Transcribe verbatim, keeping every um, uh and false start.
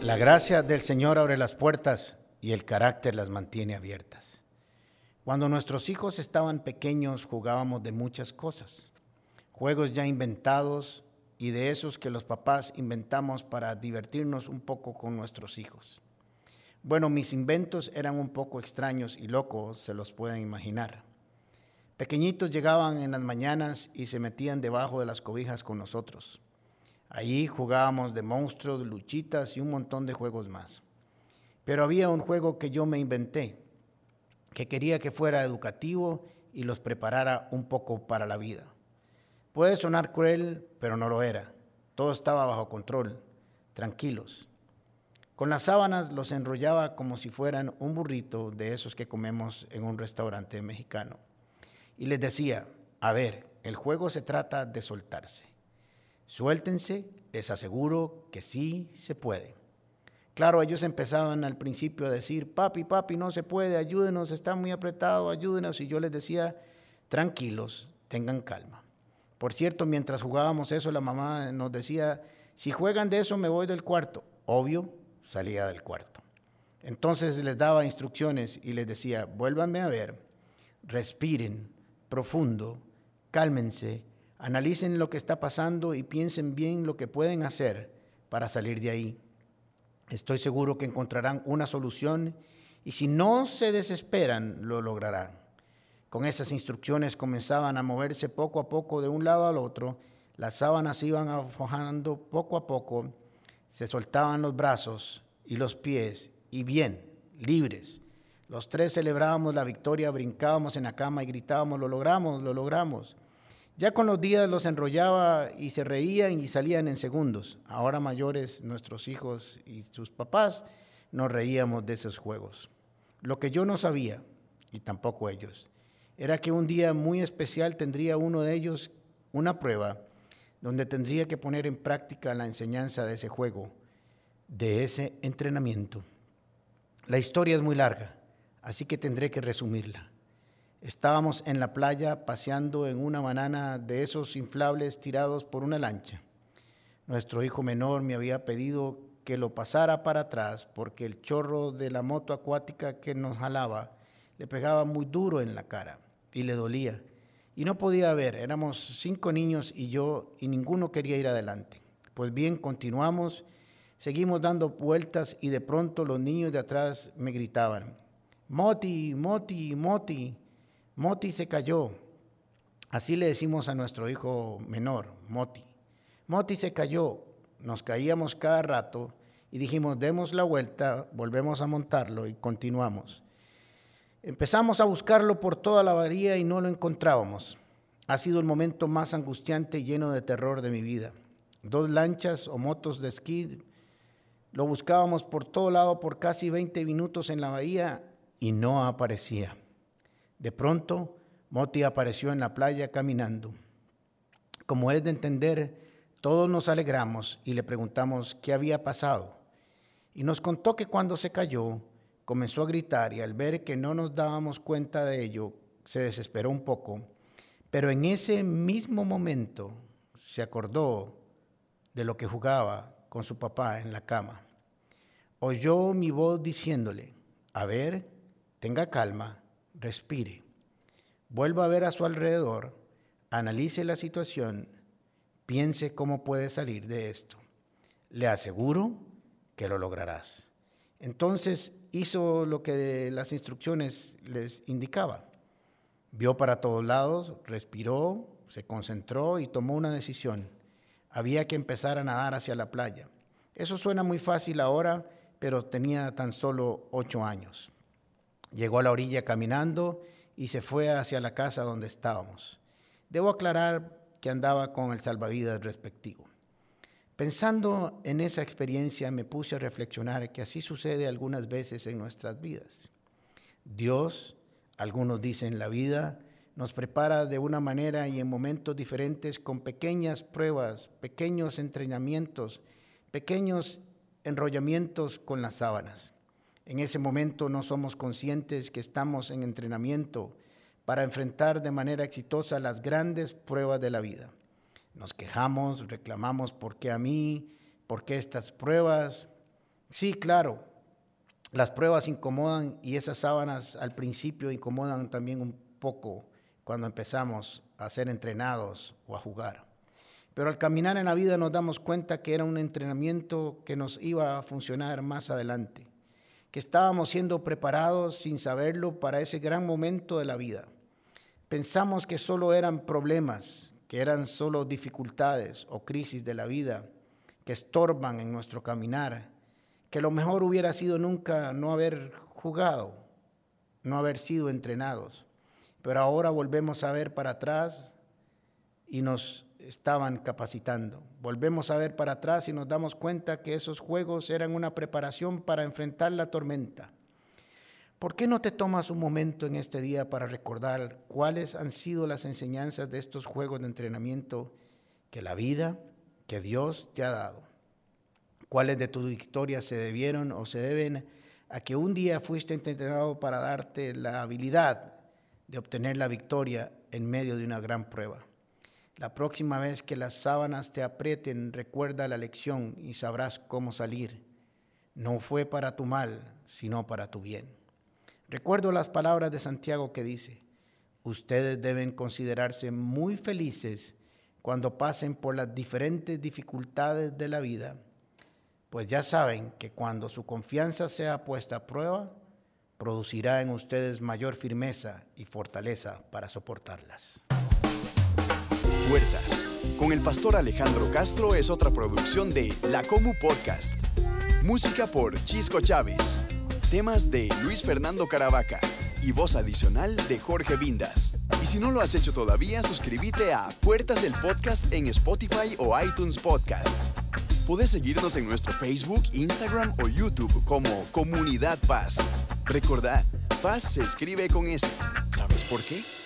La gracia del Señor abre las puertas y el carácter las mantiene abiertas. Cuando nuestros hijos estaban pequeños jugábamos de muchas cosas, juegos ya inventados y de esos que los papás inventamos para divertirnos un poco con nuestros hijos. Bueno, mis inventos eran un poco extraños y locos, se los pueden imaginar. Pequeñitos llegaban en las mañanas y se metían debajo de las cobijas con nosotros. Allí jugábamos de monstruos, luchitas y un montón de juegos más. Pero había un juego que yo me inventé, que quería que fuera educativo y los preparara un poco para la vida. Puede sonar cruel, pero no lo era. Todo estaba bajo control, tranquilos. Con las sábanas los enrollaba como si fueran un burrito de esos que comemos en un restaurante mexicano. Y les decía, a ver, el juego se trata de soltarse. Suéltense, les aseguro que sí se puede. Claro, ellos empezaban al principio a decir, papi, papi, no se puede, ayúdenos, está muy apretado, ayúdenos. Y yo les decía, tranquilos, tengan calma. Por cierto, mientras jugábamos eso, la mamá nos decía, si juegan de eso me voy del cuarto. Obvio, salía del cuarto. Entonces les daba instrucciones y les decía, vuélvanme a ver, respiren profundo, cálmense, analicen lo que está pasando y piensen bien lo que pueden hacer para salir de ahí. Estoy seguro que encontrarán una solución y si no se desesperan, lo lograrán. Con esas instrucciones comenzaban a moverse poco a poco de un lado al otro, las sábanas iban aflojando poco a poco, se soltaban los brazos y los pies y bien, libres. Los tres celebrábamos la victoria, brincábamos en la cama y gritábamos, lo logramos, lo logramos. Ya con los días los enrollaba y se reían y salían en segundos. Ahora mayores, nuestros hijos y sus papás, nos reíamos de esos juegos. Lo que yo no sabía, y tampoco ellos, era que un día muy especial tendría uno de ellos una prueba donde tendría que poner en práctica la enseñanza de ese juego, de ese entrenamiento. La historia es muy larga, así que tendré que resumirla. Estábamos en la playa paseando en una banana de esos inflables tirados por una lancha. Nuestro hijo menor me había pedido que lo pasara para atrás porque el chorro de la moto acuática que nos jalaba le pegaba muy duro en la cara y le dolía. Y no podía ver, éramos cinco niños y yo y ninguno quería ir adelante. Pues bien, continuamos, seguimos dando vueltas y de pronto los niños de atrás me gritaban, Moti, Moti, Moti. Moti se cayó, así le decimos a nuestro hijo menor, Moti. Moti se cayó, nos caíamos cada rato y dijimos, demos la vuelta, volvemos a montarlo y continuamos. Empezamos a buscarlo por toda la bahía y no lo encontrábamos. Ha sido el momento más angustiante y lleno de terror de mi vida. Dos lanchas o motos de esquí, lo buscábamos por todo lado por casi veinte minutos en la bahía y no aparecía. De pronto, Moti apareció en la playa caminando. Como es de entender, todos nos alegramos y le preguntamos qué había pasado. Y nos contó que cuando se cayó, comenzó a gritar y al ver que no nos dábamos cuenta de ello, se desesperó un poco. Pero en ese mismo momento se acordó de lo que jugaba con su papá en la cama. Oyó mi voz diciéndole, a ver, tenga calma. Respire, vuelva a ver a su alrededor, analice la situación, piense cómo puede salir de esto. Le aseguro que lo lograrás. Entonces hizo lo que las instrucciones les indicaba. Vio para todos lados, respiró, se concentró y tomó una decisión. Había que empezar a nadar hacia la playa. Eso suena muy fácil ahora, pero tenía tan solo ocho años. Llegó a la orilla caminando y se fue hacia la casa donde estábamos. Debo aclarar que andaba con el salvavidas respectivo. Pensando en esa experiencia me puse a reflexionar que así sucede algunas veces en nuestras vidas. Dios, algunos dicen la vida, nos prepara de una manera y en momentos diferentes con pequeñas pruebas, pequeños entrenamientos, pequeños enrollamientos con las sábanas. En ese momento no somos conscientes que estamos en entrenamiento para enfrentar de manera exitosa las grandes pruebas de la vida. Nos quejamos, reclamamos por qué a mí, por qué estas pruebas, Sí, claro. Las pruebas incomodan y esas sábanas al principio incomodan también un poco cuando empezamos a ser entrenados o a jugar. Pero al caminar en la vida nos damos cuenta que era un entrenamiento que nos iba a funcionar más adelante, que estábamos siendo preparados sin saberlo para ese gran momento de la vida. Pensamos que solo eran problemas, que eran solo dificultades o crisis de la vida que estorban en nuestro caminar, que lo mejor hubiera sido nunca no haber jugado, no haber sido entrenados. Pero ahora volvemos a ver para atrás y nos estaban capacitando. Volvemos a ver para atrás y nos damos cuenta que esos juegos eran una preparación para enfrentar la tormenta. ¿Por qué no te tomas un momento en este día para recordar cuáles han sido las enseñanzas de estos juegos de entrenamiento que la vida, que Dios te ha dado? ¿Cuáles de tus victorias se debieron o se deben a que un día fuiste entrenado para darte la habilidad de obtener la victoria en medio de una gran prueba? La próxima vez que las sábanas te aprieten, recuerda la lección y sabrás cómo salir. No fue para tu mal, sino para tu bien. Recuerdo las palabras de Santiago que dice: ustedes deben considerarse muy felices cuando pasen por las diferentes dificultades de la vida, pues ya saben que cuando su confianza sea puesta a prueba, producirá en ustedes mayor firmeza y fortaleza para soportarlas. Puertas, con el pastor Alejandro Castro, es otra producción de La Comu Podcast. Música por Chisco Chávez. Temas de Luis Fernando Caravaca y voz adicional de Jorge Vindas. Y si no lo has hecho todavía, suscríbete a Puertas el Podcast en Spotify o iTunes Podcast. Puedes seguirnos en nuestro Facebook, Instagram o YouTube como Comunidad Paz. Recordá, Paz se escribe con S. ¿Sabes por qué?